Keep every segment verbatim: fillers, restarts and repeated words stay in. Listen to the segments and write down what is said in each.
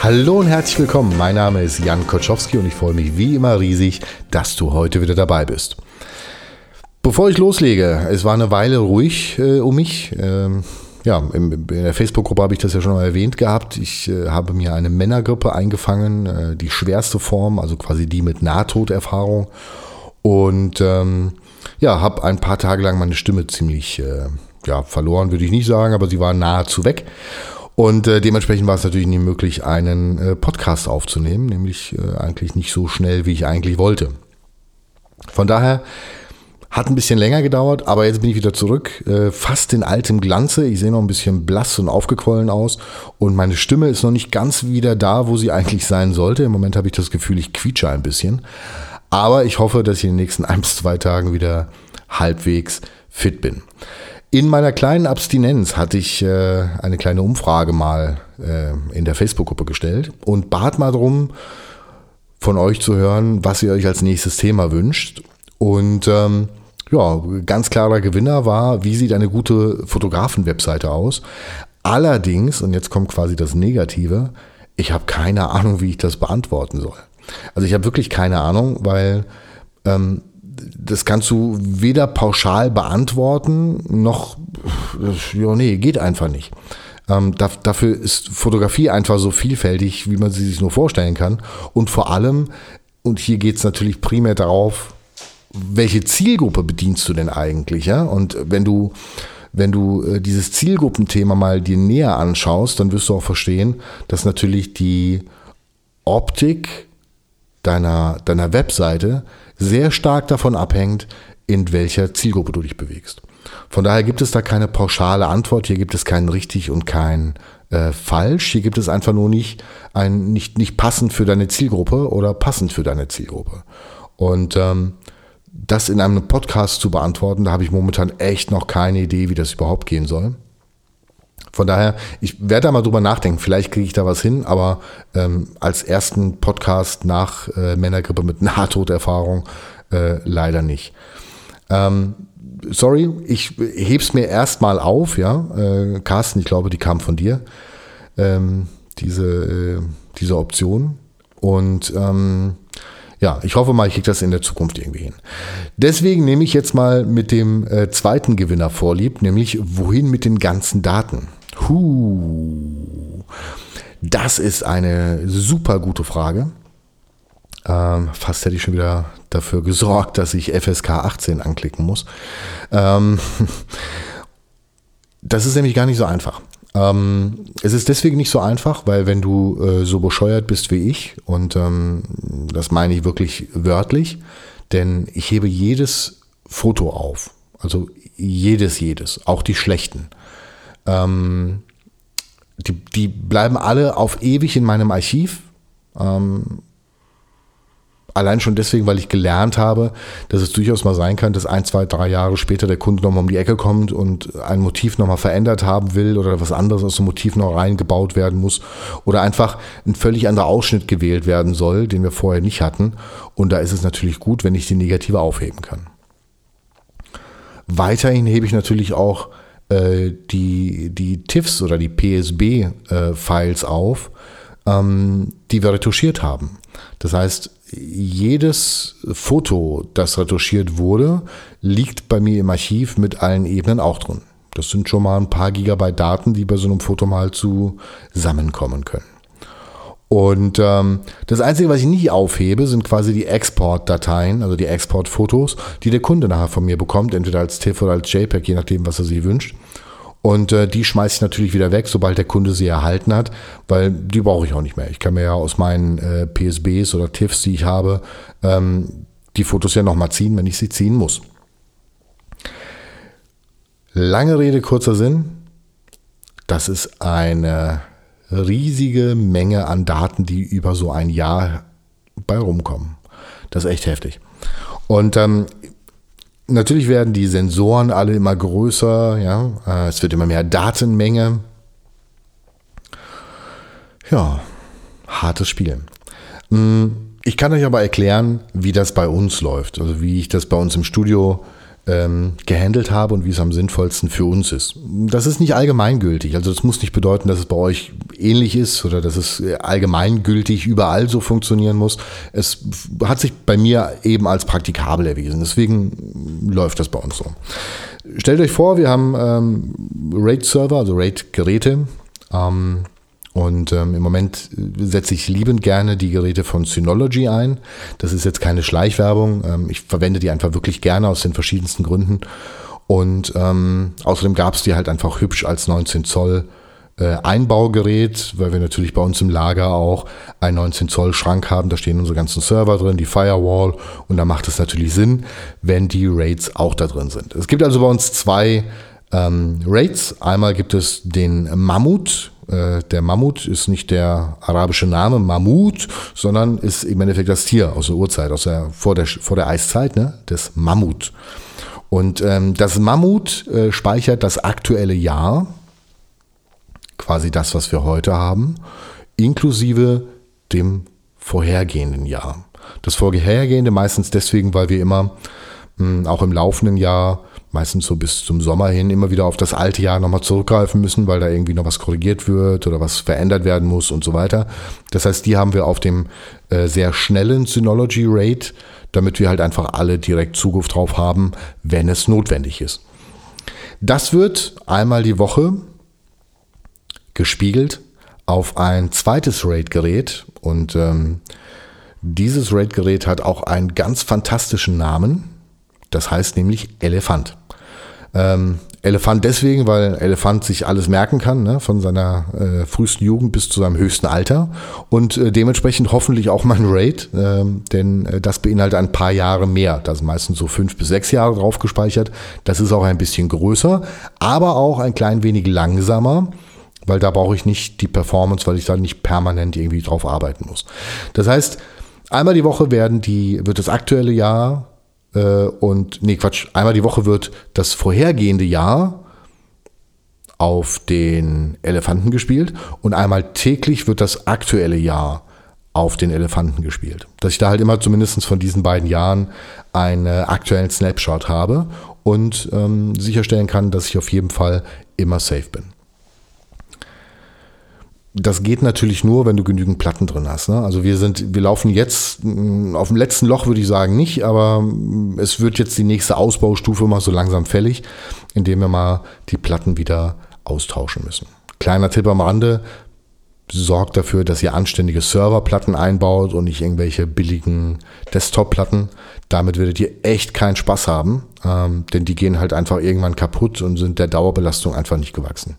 Hallo und herzlich willkommen. Mein Name ist Jan Koczowski und ich freue mich wie immer riesig, dass du heute wieder dabei bist. Bevor ich loslege, es war eine Weile ruhig äh, um mich. Ähm, ja, in, in der Facebook-Gruppe habe ich das ja schon mal erwähnt gehabt. Ich äh, habe mir eine Männergrippe eingefangen, äh, die schwerste Form, also quasi die mit Nahtoderfahrung. Und ähm, ja, habe ein paar Tage lang meine Stimme ziemlich äh, ja, verloren, würde ich nicht sagen, aber sie war nahezu weg. Und äh, dementsprechend war es natürlich nicht möglich, einen äh, Podcast aufzunehmen, nämlich äh, eigentlich nicht so schnell, wie ich eigentlich wollte. Von daher hat ein bisschen länger gedauert, aber jetzt bin ich wieder zurück, äh, fast in altem Glanze. Ich sehe noch ein bisschen blass und aufgequollen aus und meine Stimme ist noch nicht ganz wieder da, wo sie eigentlich sein sollte. Im Moment habe ich das Gefühl, ich quietsche ein bisschen. Aber ich hoffe, dass ich in den nächsten ein bis zwei Tagen wieder halbwegs fit bin. In meiner kleinen Abstinenz hatte ich äh, eine kleine Umfrage mal äh, in der Facebook-Gruppe gestellt und bat mal darum, von euch zu hören, was ihr euch als nächstes Thema wünscht. Und ähm, ja, ganz klarer Gewinner war, wie sieht eine gute Fotografen-Webseite aus? Allerdings, und jetzt kommt quasi das Negative, ich habe keine Ahnung, wie ich das beantworten soll. Also ich habe wirklich keine Ahnung, weil ähm, das kannst du weder pauschal beantworten, noch, ja nee, geht einfach nicht. Ähm, da, dafür ist Fotografie einfach so vielfältig, wie man sie sich nur vorstellen kann. Und vor allem, und hier geht es natürlich primär darauf, welche Zielgruppe bedienst du denn eigentlich? Ja? Und wenn du, wenn du äh, dieses Zielgruppenthema mal dir näher anschaust, dann wirst du auch verstehen, dass natürlich die Optik deiner, deiner Webseite sehr stark davon abhängt, in welcher Zielgruppe du dich bewegst. Von daher gibt es da keine pauschale Antwort, hier gibt es kein richtig und kein äh, falsch, hier gibt es einfach nur nicht, ein, nicht, nicht passend für deine Zielgruppe oder passend für deine Zielgruppe. Und ähm, das in einem Podcast zu beantworten, da habe ich momentan echt noch keine Idee, wie das überhaupt gehen soll. Von daher, ich werde da mal drüber nachdenken, vielleicht kriege ich da was hin, aber ähm, als ersten Podcast nach äh, Männergrippe mit Nahtoderfahrung äh, leider nicht. Ähm, sorry, ich heb's mir erstmal auf, ja. Äh, Carsten, ich glaube, die kam von dir, ähm, diese, äh, diese Option. Und ähm, ja, ich hoffe mal, ich kriege das in der Zukunft irgendwie hin. Deswegen nehme ich jetzt mal mit dem äh, zweiten Gewinner vorlieb, nämlich wohin mit den ganzen Daten? Huh, das ist eine super gute Frage. Ähm, fast hätte ich schon wieder dafür gesorgt, dass ich F S K achtzehn anklicken muss. Ähm, das ist nämlich gar nicht so einfach. Ähm, es ist deswegen nicht so einfach, weil wenn du äh, so bescheuert bist wie ich, und ähm, das meine ich wirklich wörtlich, denn ich hebe jedes Foto auf, also jedes, jedes, auch die schlechten. Ähm, die, die bleiben alle auf ewig in meinem Archiv. Ähm, Allein schon deswegen, weil ich gelernt habe, dass es durchaus mal sein kann, dass ein, zwei, drei Jahre später der Kunde nochmal um die Ecke kommt und ein Motiv nochmal verändert haben will oder was anderes aus dem Motiv noch reingebaut werden muss oder einfach ein völlig anderer Ausschnitt gewählt werden soll, den wir vorher nicht hatten. Und da ist es natürlich gut, wenn ich die Negative aufheben kann. Weiterhin hebe ich natürlich auch äh, die, die T I F Fs oder die P S B-Files äh, auf, ähm, die wir retuschiert haben. Das heißt, jedes Foto, das retuschiert wurde, liegt bei mir im Archiv mit allen Ebenen auch drin. Das sind schon mal ein paar Gigabyte Daten, die bei so einem Foto mal zusammenkommen können. Und ähm, das Einzige, was ich nicht aufhebe, sind quasi die Exportdateien, also die Exportfotos, die der Kunde nachher von mir bekommt, entweder als T I F F oder als JPEG, je nachdem, was er sich wünscht. Und äh, die schmeiße ich natürlich wieder weg, sobald der Kunde sie erhalten hat, weil die brauche ich auch nicht mehr. Ich kann mir ja aus meinen äh, P S Bs oder T I F Fs, die ich habe, ähm, die Fotos ja nochmal ziehen, wenn ich sie ziehen muss. Lange Rede, kurzer Sinn. Das ist eine riesige Menge an Daten, die über so ein Jahr bei rumkommen. Das ist echt heftig. Und ähm, natürlich werden die Sensoren alle immer größer, ja, äh, es wird immer mehr Datenmenge. Ja, hartes Spiel. Ich kann euch aber erklären, wie das bei uns läuft, also wie ich das bei uns im Studio ähm, gehandelt habe und wie es am sinnvollsten für uns ist. Das ist nicht allgemeingültig. Also das muss nicht bedeuten, dass es bei euch ähnlich ist oder dass es allgemeingültig überall so funktionieren muss. Es hat sich bei mir eben als praktikabel erwiesen. Deswegen läuft das bei uns so. Stellt euch vor, wir haben ähm, RAID-Server, also RAID-Geräte. Ähm, Und ähm, im Moment setze ich liebend gerne die Geräte von Synology ein. Das ist jetzt keine Schleichwerbung. Ähm, ich verwende die einfach wirklich gerne aus den verschiedensten Gründen. Und ähm, außerdem gab es die halt einfach hübsch als neunzehn Zoll äh, Einbaugerät, weil wir natürlich bei uns im Lager auch einen neunzehn Zoll Schrank haben. Da stehen unsere ganzen Server drin, die Firewall. Und da macht es natürlich Sinn, wenn die RAIDs auch da drin sind. Es gibt also bei uns zwei ähm, RAIDs. Einmal gibt es den Mammut. Der Mammut ist nicht der arabische Name Mammut, sondern ist im Endeffekt das Tier aus der Urzeit, aus der, vor, der, vor der Eiszeit, ne? Das Mammut. Und ähm, das Mammut äh, speichert das aktuelle Jahr, quasi das, was wir heute haben, inklusive dem vorhergehenden Jahr. Das vorhergehende meistens deswegen, weil wir immer mh, auch im laufenden Jahr meistens so bis zum Sommer hin immer wieder auf das alte Jahr nochmal zurückgreifen müssen, weil da irgendwie noch was korrigiert wird oder was verändert werden muss und so weiter. Das heißt, die haben wir auf dem äh, sehr schnellen Synology RAID, damit wir halt einfach alle direkt Zugriff drauf haben, wenn es notwendig ist. Das wird einmal die Woche gespiegelt auf ein zweites RAID-Gerät und ähm, dieses RAID-Gerät hat auch einen ganz fantastischen Namen. Das heißt nämlich Elefant. Ähm, Elefant deswegen, weil Elefant sich alles merken kann, ne, von seiner äh, frühesten Jugend bis zu seinem höchsten Alter und äh, dementsprechend hoffentlich auch mein RAID, äh, denn äh, das beinhaltet ein paar Jahre mehr. Da sind meistens so fünf bis sechs Jahre drauf gespeichert. Das ist auch ein bisschen größer, aber auch ein klein wenig langsamer, weil da brauche ich nicht die Performance, weil ich da nicht permanent irgendwie drauf arbeiten muss. Das heißt, einmal die Woche werden die, wird das aktuelle Jahr und, nee, Quatsch, einmal die Woche wird das vorhergehende Jahr auf den Elefanten gespielt und einmal täglich wird das aktuelle Jahr auf den Elefanten gespielt. Dass ich da halt immer zumindest von diesen beiden Jahren einen aktuellen Snapshot habe und ähm, sicherstellen kann, dass ich auf jeden Fall immer safe bin. Das geht natürlich nur, wenn du genügend Platten drin hast. Ne? Also wir sind, wir laufen jetzt auf dem letzten Loch, würde ich sagen, nicht, aber es wird jetzt die nächste Ausbaustufe mal so langsam fällig, indem wir mal die Platten wieder austauschen müssen. Kleiner Tipp am Rande, sorgt dafür, dass ihr anständige Serverplatten einbaut und nicht irgendwelche billigen Desktop-Platten. Damit werdet ihr echt keinen Spaß haben, ähm, denn die gehen halt einfach irgendwann kaputt und sind der Dauerbelastung einfach nicht gewachsen.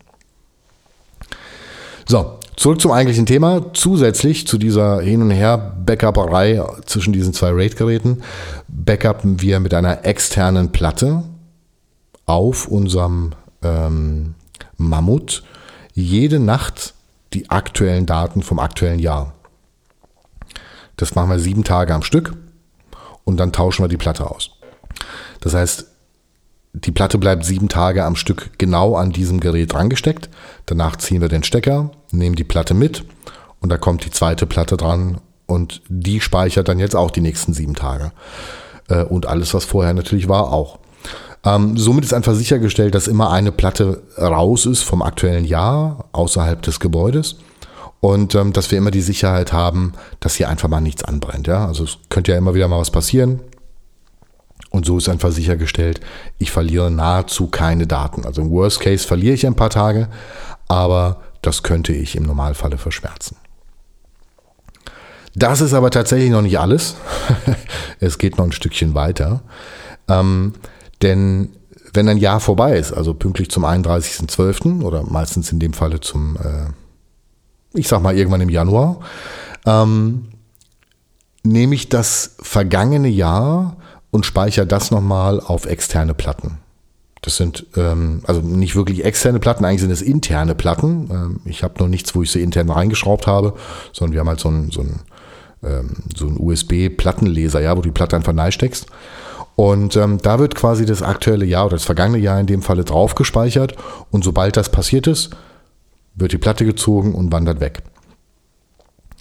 So, zurück zum eigentlichen Thema. Zusätzlich zu dieser Hin- und Her-Backuperei zwischen diesen zwei RAID-Geräten backuppen wir mit einer externen Platte auf unserem ähm, Mammut jede Nacht die aktuellen Daten vom aktuellen Jahr. Das machen wir sieben Tage am Stück und dann tauschen wir die Platte aus. Das heißt, die Platte bleibt sieben Tage am Stück genau an diesem Gerät drangesteckt. Danach ziehen wir den Stecker, nehmen die Platte mit und da kommt die zweite Platte dran und die speichert dann jetzt auch die nächsten sieben Tage. Und alles, was vorher natürlich war, auch. Ähm, somit ist einfach sichergestellt, dass immer eine Platte raus ist vom aktuellen Jahr außerhalb des Gebäudes und ähm, dass wir immer die Sicherheit haben, dass hier einfach mal nichts anbrennt. Ja? Also es könnte ja immer wieder mal was passieren. Und so ist einfach sichergestellt, ich verliere nahezu keine Daten. Also im Worst Case verliere ich ein paar Tage, aber das könnte ich im Normalfalle verschmerzen. Das ist aber tatsächlich noch nicht alles. Es geht noch ein Stückchen weiter. Ähm, denn wenn ein Jahr vorbei ist, also pünktlich zum einunddreißigsten zwölften oder meistens in dem Falle zum, äh, ich sag mal irgendwann im Januar, ähm, nehme ich das vergangene Jahr und speichere das nochmal auf externe Platten. Das sind ähm, also nicht wirklich externe Platten, eigentlich sind es interne Platten. Ähm, ich habe noch nichts, wo ich sie intern reingeschraubt habe, sondern wir haben halt so einen so ein, ähm, so ein U S B-Plattenleser, ja, wo du die Platte einfach reinsteckst. Und ähm, da wird quasi das aktuelle Jahr oder das vergangene Jahr in dem Falle drauf gespeichert und sobald das passiert ist, wird die Platte gezogen und wandert weg.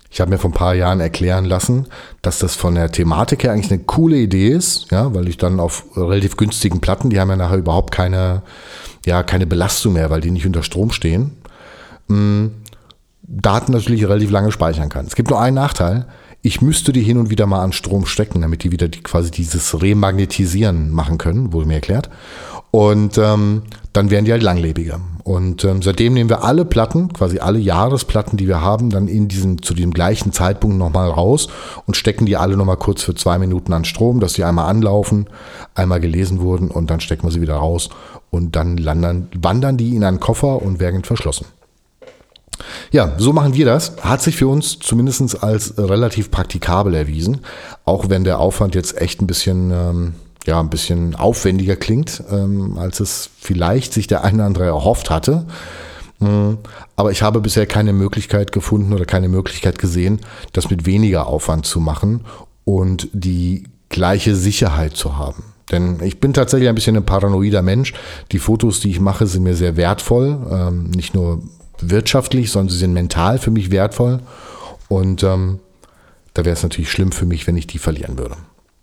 Ich habe mir vor ein paar Jahren erklären lassen, dass das von der Thematik her eigentlich eine coole Idee ist, ja, weil ich dann auf relativ günstigen Platten, die haben ja nachher überhaupt keine, ja, keine Belastung mehr, weil die nicht unter Strom stehen, mh, Daten natürlich relativ lange speichern kann. Es gibt nur einen Nachteil, ich müsste die hin und wieder mal an Strom stecken, damit die wieder die, quasi dieses Remagnetisieren machen können, wurde mir erklärt. Und ähm, dann werden die halt langlebiger. Und ähm, seitdem nehmen wir alle Platten, quasi alle Jahresplatten, die wir haben, dann in diesem, zu diesem gleichen Zeitpunkt nochmal raus und stecken die alle nochmal kurz für zwei Minuten an Strom, dass die einmal anlaufen, einmal gelesen wurden und dann stecken wir sie wieder raus und dann landen, wandern die in einen Koffer und werden verschlossen. Ja, so machen wir das. Hat sich für uns zumindest als relativ praktikabel erwiesen, auch wenn der Aufwand jetzt echt ein bisschen... Ähm, ja, ein bisschen aufwendiger klingt, ähm, als es vielleicht sich der eine oder andere erhofft hatte. Ähm, aber ich habe bisher keine Möglichkeit gefunden oder keine Möglichkeit gesehen, das mit weniger Aufwand zu machen und die gleiche Sicherheit zu haben. Denn ich bin tatsächlich ein bisschen ein paranoider Mensch. Die Fotos, die ich mache, sind mir sehr wertvoll. Ähm, nicht nur wirtschaftlich, sondern sie sind mental für mich wertvoll. Und ähm, da wäre es natürlich schlimm für mich, wenn ich die verlieren würde.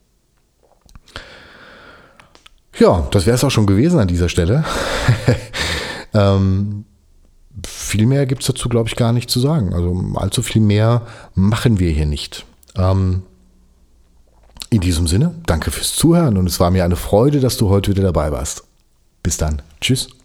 Ja, das wäre es auch schon gewesen an dieser Stelle. ähm, viel mehr gibt es dazu, glaube ich, gar nicht zu sagen. Also allzu viel mehr machen wir hier nicht. Ähm, in diesem Sinne, danke fürs Zuhören und es war mir eine Freude, dass du heute wieder dabei warst. Bis dann. Tschüss.